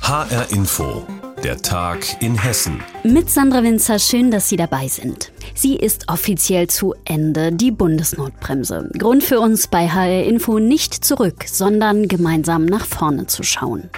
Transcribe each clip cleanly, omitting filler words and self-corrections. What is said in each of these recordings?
HR Info, der Tag in Hessen. Mit Sandra Winzer, schön, dass Sie dabei sind. Sie ist offiziell zu Ende, die Bundesnotbremse. Grund für uns bei HR Info nicht zurück, sondern gemeinsam nach vorne zu schauen.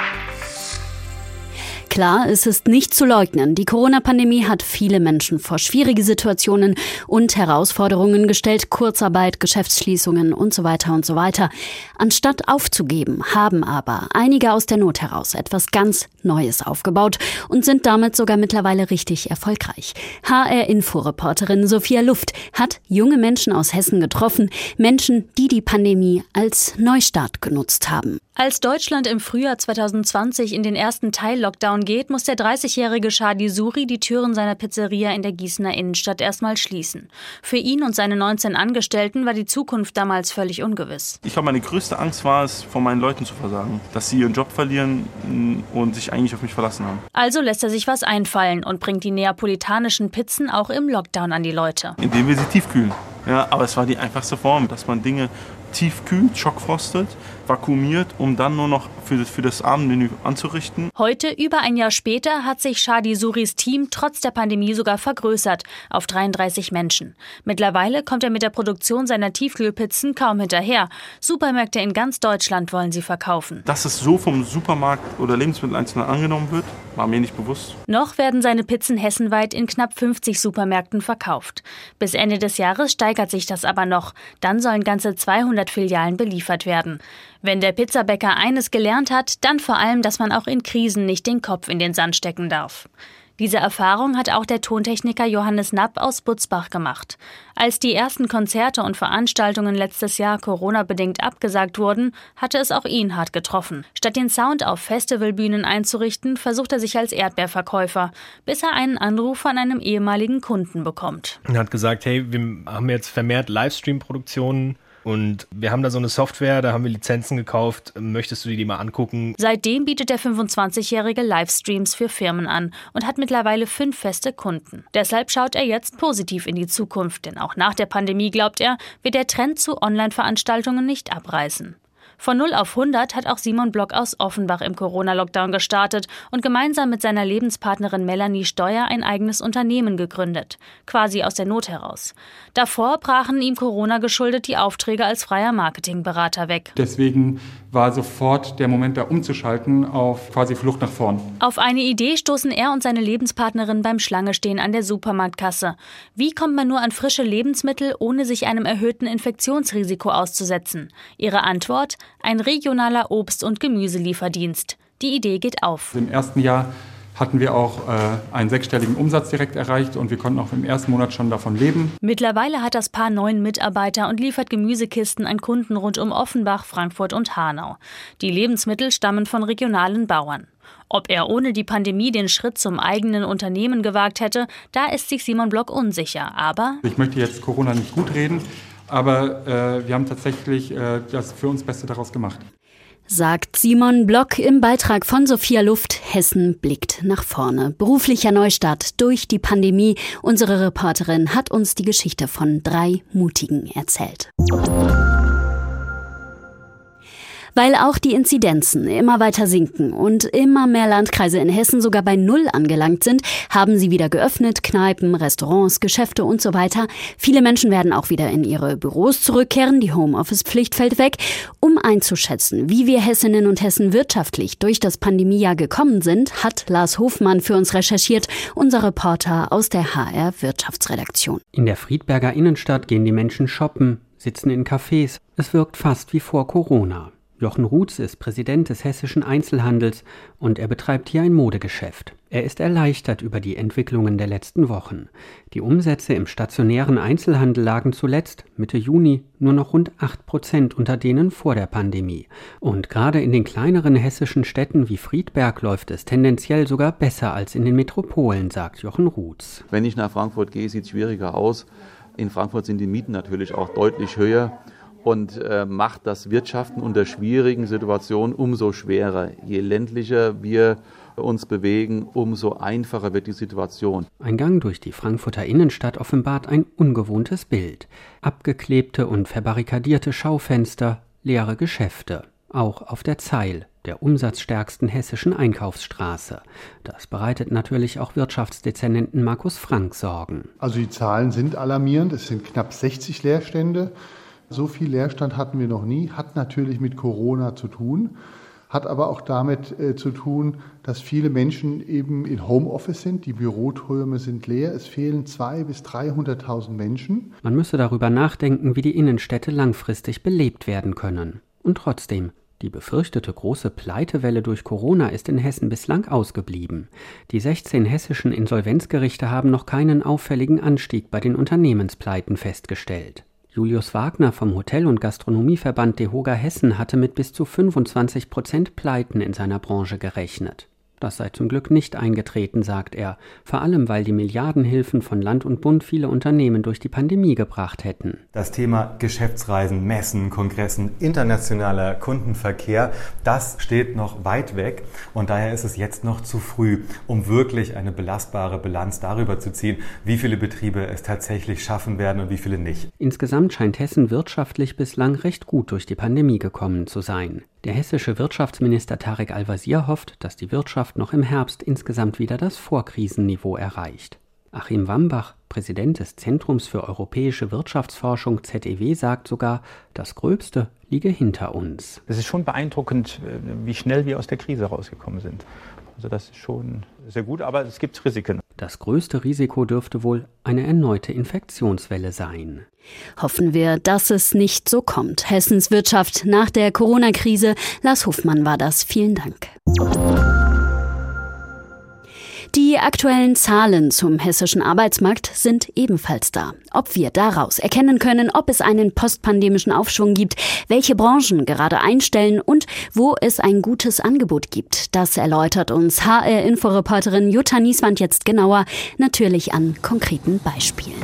Klar, es ist nicht zu leugnen, die Corona-Pandemie hat viele Menschen vor schwierige Situationen und Herausforderungen gestellt, Kurzarbeit, Geschäftsschließungen und so weiter und so weiter. Anstatt aufzugeben, haben aber einige aus der Not heraus etwas ganz Neues aufgebaut und sind damit sogar mittlerweile richtig erfolgreich. HR-Info-Reporterin Sophia Luft hat junge Menschen aus Hessen getroffen, Menschen, die die Pandemie als Neustart genutzt haben. Als Deutschland im Frühjahr 2020 in den ersten Teil-Lockdown geht, muss der 30-jährige Shadi Suri die Türen seiner Pizzeria in der Gießener Innenstadt erstmal schließen. Für ihn und seine 19 Angestellten war die Zukunft damals völlig ungewiss. Ich glaube, meine größte Angst war es, vor meinen Leuten zu versagen. Dass sie ihren Job verlieren und sich eigentlich auf mich verlassen haben. Also lässt er sich was einfallen und bringt die neapolitanischen Pizzen auch im Lockdown an die Leute. Indem wir sie tiefkühlen. Ja, aber es war die einfachste Form, dass man Dinge tiefkühlt, schockfrostet, vakuumiert, um dann nur noch für das Abendmenü anzurichten. Heute, über ein Jahr später, hat sich Shadi Suris Team trotz der Pandemie sogar vergrößert auf 33 Menschen. Mittlerweile kommt er mit der Produktion seiner Tiefkühlpizzen kaum hinterher. Supermärkte in ganz Deutschland wollen sie verkaufen. Dass es so vom Supermarkt oder Lebensmitteleinzelhandel angenommen wird, war mir nicht bewusst. Noch werden seine Pizzen hessenweit in knapp 50 Supermärkten verkauft. Bis Ende des Jahres steigert sich das aber noch. Dann sollen ganze 200 Filialen beliefert werden. Wenn der Pizzabäcker eines gelernt hat, dann vor allem, dass man auch in Krisen nicht den Kopf in den Sand stecken darf. Diese Erfahrung hat auch der Tontechniker Johannes Napp aus Butzbach gemacht. Als die ersten Konzerte und Veranstaltungen letztes Jahr Corona-bedingt abgesagt wurden, hatte es auch ihn hart getroffen. Statt den Sound auf Festivalbühnen einzurichten, versucht er sich als Erdbeerverkäufer, bis er einen Anruf von einem ehemaligen Kunden bekommt. Er hat gesagt, hey, wir haben jetzt vermehrt Livestream-Produktionen. Und wir haben da so eine Software, da haben wir Lizenzen gekauft. Möchtest du die mal angucken? Seitdem bietet der 25-Jährige Livestreams für Firmen an und hat mittlerweile 5 feste Kunden. Deshalb schaut er jetzt positiv in die Zukunft, denn auch nach der Pandemie, glaubt er, wird der Trend zu Online-Veranstaltungen nicht abreißen. Von 0 auf 100 hat auch Simon Block aus Offenbach im Corona-Lockdown gestartet und gemeinsam mit seiner Lebenspartnerin Melanie Steuer ein eigenes Unternehmen gegründet. Quasi aus der Not heraus. Davor brachen ihm Corona geschuldet die Aufträge als freier Marketingberater weg. Deswegen war sofort der Moment, da umzuschalten auf quasi Flucht nach vorn. Auf eine Idee stoßen er und seine Lebenspartnerin beim Schlangenstehen an der Supermarktkasse. Wie kommt man nur an frische Lebensmittel, ohne sich einem erhöhten Infektionsrisiko auszusetzen? Ihre Antwort: ein regionaler Obst- und Gemüselieferdienst. Die Idee geht auf. Im ersten Jahr hatten wir auch einen 6-stelligen Umsatz direkt erreicht und wir konnten auch im ersten Monat schon davon leben. Mittlerweile hat das Paar 9 Mitarbeiter und liefert Gemüsekisten an Kunden rund um Offenbach, Frankfurt und Hanau. Die Lebensmittel stammen von regionalen Bauern. Ob er ohne die Pandemie den Schritt zum eigenen Unternehmen gewagt hätte, da ist sich Simon Block unsicher. Aber ich möchte jetzt Corona nicht gut reden, aber wir haben tatsächlich das für uns Beste daraus gemacht. Sagt Simon Block im Beitrag von Sophia Luft. Hessen blickt nach vorne. Beruflicher Neustart durch die Pandemie. Unsere Reporterin hat uns die Geschichte von 3 Mutigen erzählt. Weil auch die Inzidenzen immer weiter sinken und immer mehr Landkreise in Hessen sogar bei 0 angelangt sind, haben sie wieder geöffnet, Kneipen, Restaurants, Geschäfte und so weiter. Viele Menschen werden auch wieder in ihre Büros zurückkehren, die Homeoffice-Pflicht fällt weg. Um einzuschätzen, wie wir Hessinnen und Hessen wirtschaftlich durch das Pandemiejahr gekommen sind, hat Lars Hofmann für uns recherchiert, unser Reporter aus der HR Wirtschaftsredaktion. In der Friedberger Innenstadt gehen die Menschen shoppen, sitzen in Cafés. Es wirkt fast wie vor Corona. Jochen Rutz ist Präsident des hessischen Einzelhandels und er betreibt hier ein Modegeschäft. Er ist erleichtert über die Entwicklungen der letzten Wochen. Die Umsätze im stationären Einzelhandel lagen zuletzt, Mitte Juni, nur noch rund 8% unter denen vor der Pandemie. Und gerade in den kleineren hessischen Städten wie Friedberg läuft es tendenziell sogar besser als in den Metropolen, sagt Jochen Rutz. Wenn ich nach Frankfurt gehe, sieht es schwieriger aus. In Frankfurt sind die Mieten natürlich auch deutlich höher. Und macht das Wirtschaften unter schwierigen Situationen umso schwerer. Je ländlicher wir uns bewegen, umso einfacher wird die Situation. Ein Gang durch die Frankfurter Innenstadt offenbart ein ungewohntes Bild. Abgeklebte und verbarrikadierte Schaufenster, leere Geschäfte. auch auf der Zeil, der umsatzstärksten hessischen Einkaufsstraße. Das bereitet natürlich auch Wirtschaftsdezernenten Markus Frank Sorgen. Also die Zahlen sind alarmierend, es sind knapp 60 Leerstände. So viel Leerstand hatten wir noch nie, hat natürlich mit Corona zu tun, hat aber auch damit zu tun, dass viele Menschen eben in Homeoffice sind, die Büroträume sind leer, es fehlen 200.000 bis 300.000 Menschen. Man müsse darüber nachdenken, wie die Innenstädte langfristig belebt werden können. Und trotzdem, die befürchtete große Pleitewelle durch Corona ist in Hessen bislang ausgeblieben. Die 16 hessischen Insolvenzgerichte haben noch keinen auffälligen Anstieg bei den Unternehmenspleiten festgestellt. Julius Wagner vom Hotel- und Gastronomieverband DEHOGA Hessen hatte mit bis zu 25% Pleiten in seiner Branche gerechnet. Das sei zum Glück nicht eingetreten, sagt er, vor allem weil die Milliardenhilfen von Land und Bund viele Unternehmen durch die Pandemie gebracht hätten. Das Thema Geschäftsreisen, Messen, Kongressen, internationaler Kundenverkehr, das steht noch weit weg und daher ist es jetzt noch zu früh, um wirklich eine belastbare Bilanz darüber zu ziehen, wie viele Betriebe es tatsächlich schaffen werden und wie viele nicht. Insgesamt scheint Hessen wirtschaftlich bislang recht gut durch die Pandemie gekommen zu sein. Der hessische Wirtschaftsminister Tarek Al-Wazir hofft, dass die Wirtschaft noch im Herbst insgesamt wieder das Vorkrisenniveau erreicht. Achim Wambach, Präsident des Zentrums für europäische Wirtschaftsforschung ZEW, sagt sogar, das Gröbste liege hinter uns. Es ist schon beeindruckend, wie schnell wir aus der Krise rausgekommen sind. Also das ist schon sehr gut, aber es gibt Risiken. Das größte Risiko dürfte wohl eine erneute Infektionswelle sein. Hoffen wir, dass es nicht so kommt. Hessens Wirtschaft nach der Corona-Krise. Lars Hofmann war das. Vielen Dank. Die aktuellen Zahlen zum hessischen Arbeitsmarkt sind ebenfalls da. Ob wir daraus erkennen können, ob es einen postpandemischen Aufschwung gibt, welche Branchen gerade einstellen und wo es ein gutes Angebot gibt, das erläutert uns HR-Inforeporterin Jutta Nieswand jetzt genauer, natürlich an konkreten Beispielen.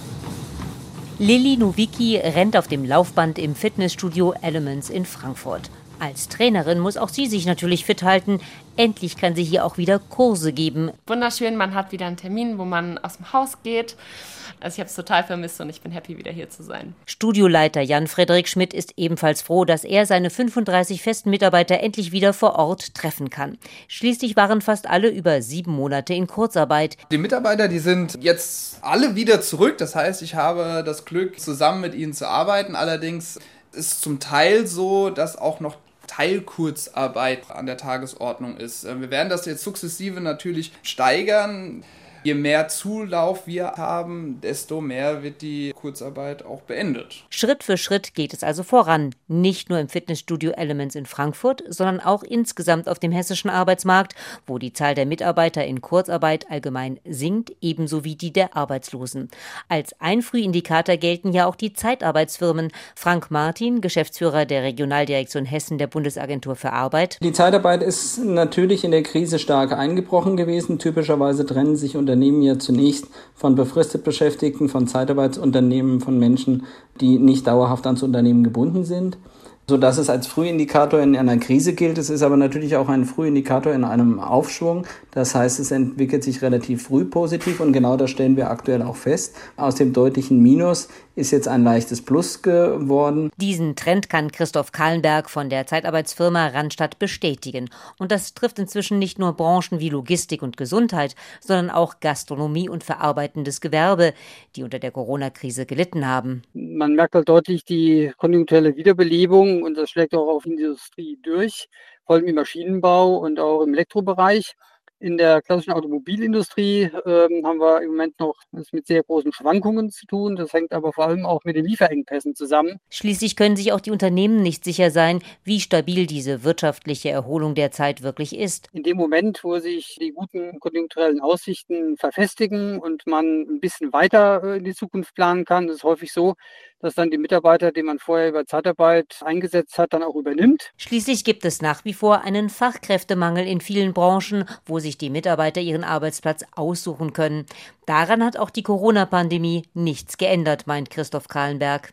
Lilly Nowicki rennt auf dem Laufband im Fitnessstudio Elements in Frankfurt. Als Trainerin muss auch sie sich natürlich fit halten. Endlich kann sie hier auch wieder Kurse geben. Wunderschön, man hat wieder einen Termin, wo man aus dem Haus geht. Also ich habe es total vermisst und ich bin happy, wieder hier zu sein. Studioleiter Jan-Frederik Schmidt ist ebenfalls froh, dass er seine 35 festen Mitarbeiter endlich wieder vor Ort treffen kann. Schließlich waren fast alle über 7 Monate in Kurzarbeit. Die Mitarbeiter, die sind jetzt alle wieder zurück. Das heißt, ich habe das Glück, zusammen mit ihnen zu arbeiten. Allerdings ist zum Teil so, dass auch noch Teilkurzarbeit an der Tagesordnung ist. Wir werden das jetzt sukzessive natürlich steigern. Je mehr Zulauf wir haben, desto mehr wird die Kurzarbeit auch beendet. Schritt für Schritt geht es also voran. Nicht nur im Fitnessstudio Elements in Frankfurt, sondern auch insgesamt auf dem hessischen Arbeitsmarkt, wo die Zahl der Mitarbeiter in Kurzarbeit allgemein sinkt, ebenso wie die der Arbeitslosen. Als ein Frühindikator gelten ja auch die Zeitarbeitsfirmen. Frank Martin, Geschäftsführer der Regionaldirektion Hessen der Bundesagentur für Arbeit. Die Zeitarbeit ist natürlich in der Krise stark eingebrochen gewesen. Typischerweise trennen sich Unternehmen ja zunächst von befristet Beschäftigten, von Zeitarbeitsunternehmen, von Menschen, die nicht dauerhaft ans Unternehmen gebunden sind, sodass es als Frühindikator in einer Krise gilt. Es ist aber natürlich auch ein Frühindikator in einem Aufschwung. Das heißt, es entwickelt sich relativ früh positiv und genau das stellen wir aktuell auch fest. Aus dem deutlichen Minus ist jetzt ein leichtes Plus geworden. Diesen Trend kann Christoph Kahlenberg von der Zeitarbeitsfirma Randstadt bestätigen. Und das trifft inzwischen nicht nur Branchen wie Logistik und Gesundheit, sondern auch Gastronomie und verarbeitendes Gewerbe, die unter der Corona-Krise gelitten haben. Man merkt halt deutlich die konjunkturelle Wiederbelebung und das schlägt auch auf die Industrie durch, vor allem im Maschinenbau und auch im Elektrobereich. In der klassischen Automobilindustrie haben wir im Moment noch mit sehr großen Schwankungen zu tun. Das hängt aber vor allem auch mit den Lieferengpässen zusammen. Schließlich können sich auch die Unternehmen nicht sicher sein, wie stabil diese wirtschaftliche Erholung derzeit wirklich ist. In dem Moment, wo sich die guten konjunkturellen Aussichten verfestigen und man ein bisschen weiter in die Zukunft planen kann, ist es häufig so, dass dann die Mitarbeiter, die man vorher über Zeitarbeit eingesetzt hat, dann auch übernimmt. Schließlich gibt es nach wie vor einen Fachkräftemangel in vielen Branchen, wo sich die Mitarbeiter ihren Arbeitsplatz aussuchen können. Daran hat auch die Corona-Pandemie nichts geändert, meint Christoph Kahlenberg.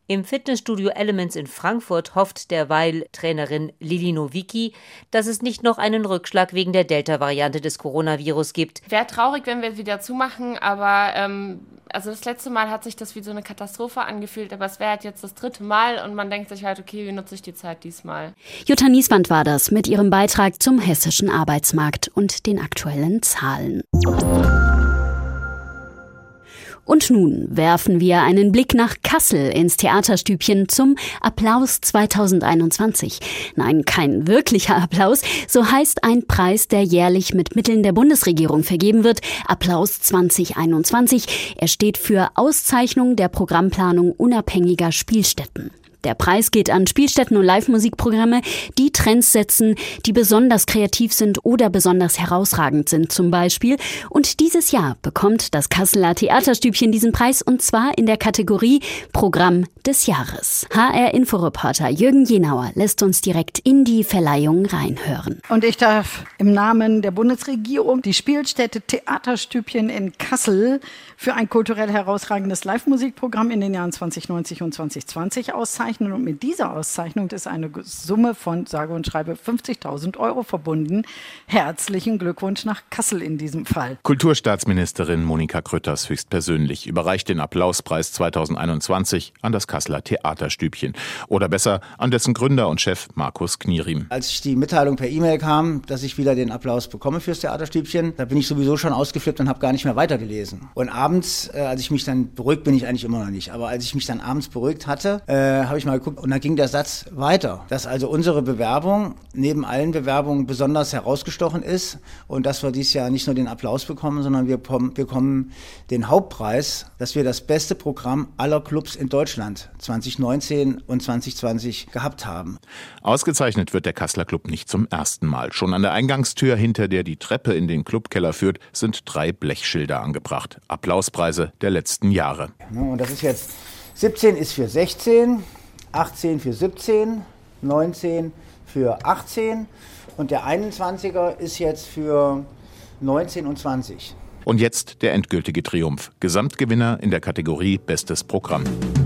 Im Fitnessstudio Elements in Frankfurt hofft derweil Trainerin Lili Nowicki, dass es nicht noch einen Rückschlag wegen der Delta-Variante des Coronavirus gibt. Wäre traurig, wenn wir es wieder zumachen, aber also das letzte Mal hat sich das wie so eine Katastrophe angefühlt, aber es wäre halt jetzt das 3. Mal und man denkt sich halt, okay, wie nutze ich die Zeit diesmal? Jutta Niesband war das mit ihrem Beitrag zum hessischen Arbeitsmarkt und den aktuellen Zahlen. Und nun werfen wir einen Blick nach Kassel ins Theaterstübchen zum Applaus 2021. Nein, kein wirklicher Applaus, so heißt ein Preis, der jährlich mit Mitteln der Bundesregierung vergeben wird. Applaus 2021. Er steht für Auszeichnung der Programmplanung unabhängiger Spielstätten. Der Preis geht an Spielstätten und Live-Musikprogramme, die Trends setzen, die besonders kreativ sind oder besonders herausragend sind zum Beispiel. Und dieses Jahr bekommt das Kasseler Theaterstübchen diesen Preis, und zwar in der Kategorie Programm des Jahres. HR-Inforeporter Jürgen Jenauer lässt uns direkt in die Verleihung reinhören. Und ich darf im Namen der Bundesregierung die Spielstätte Theaterstübchen in Kassel für ein kulturell herausragendes Live-Musikprogramm in den Jahren 2019 und 2020 auszeichnen. Und mit dieser Auszeichnung ist eine Summe von, sage und schreibe, 50.000 € verbunden. Herzlichen Glückwunsch nach Kassel in diesem Fall. Kulturstaatsministerin Monika Grütters höchstpersönlich überreicht den Applauspreis 2021 an das Kasseler Theaterstübchen. Oder besser an dessen Gründer und Chef Markus Knierim. Als die Mitteilung per E-Mail kam, dass ich wieder den Applaus bekomme fürs Theaterstübchen, da bin ich sowieso schon ausgeflippt und habe gar nicht mehr weitergelesen. Und abends, als ich mich dann beruhigt, bin ich eigentlich immer noch nicht, aber als ich mich dann abends beruhigt hatte, habe ich mal geguckt und da ging der Satz weiter, dass also unsere Bewerbung neben allen Bewerbungen besonders herausgestochen ist und dass wir dieses Jahr nicht nur den Applaus bekommen, sondern wir bekommen den Hauptpreis, dass wir das beste Programm aller Clubs in Deutschland 2019 und 2020 gehabt haben. Ausgezeichnet wird der Kasseler Club nicht zum ersten Mal. Schon an der Eingangstür, hinter der die Treppe in den Clubkeller führt, sind 3 Blechschilder angebracht. Applauspreise der letzten Jahre. Und das ist jetzt 17 ist für 16, 18 für 17, 19 für 18 und der 21er ist jetzt für 19 und 20. Und jetzt der endgültige Triumph. Gesamtgewinner in der Kategorie Bestes Programm.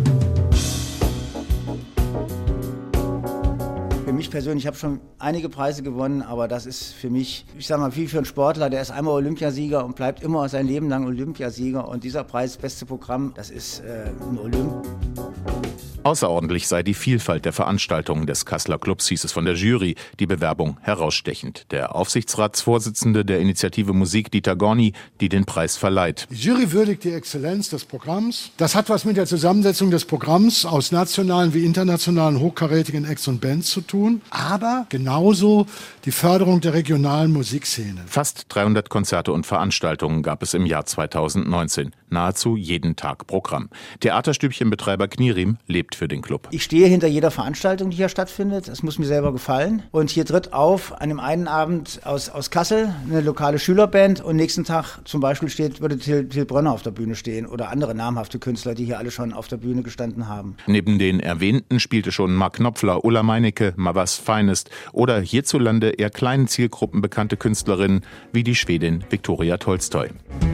Für mich persönlich, ich habe schon einige Preise gewonnen, aber das ist für mich, ich sag mal, wie für einen Sportler, der ist einmal Olympiasieger und bleibt immer sein Leben lang Olympiasieger. Und dieser Preis, Beste Programm, das ist ein Olymp. Außerordentlich sei die Vielfalt der Veranstaltungen des Kasseler Clubs, hieß es von der Jury, die Bewerbung herausstechend. Der Aufsichtsratsvorsitzende der Initiative Musik, Dieter Gorni, die den Preis verleiht. Die Jury würdigt die Exzellenz des Programms. Das hat was mit der Zusammensetzung des Programms aus nationalen wie internationalen hochkarätigen Acts und Bands zu tun, aber genauso die Förderung der regionalen Musikszene. Fast 300 Konzerte und Veranstaltungen gab es im Jahr 2019. Nahezu jeden Tag Programm. Theaterstübchenbetreiber Knierim lebt für den Club. Ich stehe hinter jeder Veranstaltung, die hier stattfindet. Es muss mir selber gefallen. Und hier tritt auf an dem einen Abend aus Kassel eine lokale Schülerband und nächsten Tag zum Beispiel würde Till Brönner auf der Bühne stehen oder andere namhafte Künstler, die hier alle schon auf der Bühne gestanden haben. Neben den erwähnten spielte schon Mark Knopfler, Ulla Meinecke, Mavas Finest oder hierzulande eher kleinen Zielgruppen bekannte Künstlerinnen wie die Schwedin Viktoria Tolstoi.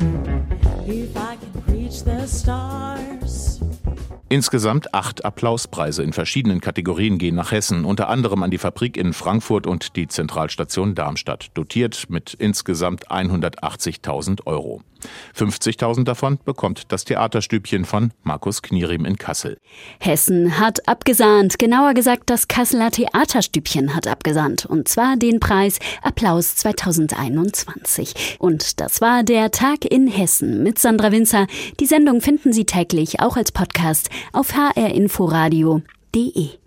Insgesamt 8 Applauspreise in verschiedenen Kategorien gehen nach Hessen, unter anderem an die Fabrik in Frankfurt und die Zentralstation Darmstadt, dotiert mit insgesamt 180.000 €. 50.000 davon bekommt das Theaterstübchen von Markus Knierim in Kassel. Hessen hat abgesahnt, genauer gesagt das Kasseler Theaterstübchen hat abgesahnt, und zwar den Preis Applaus 2021. Und das war der Tag in Hessen mit Sandra Winzer. Die Sendung finden Sie täglich auch als Podcast auf hrinforadio.de.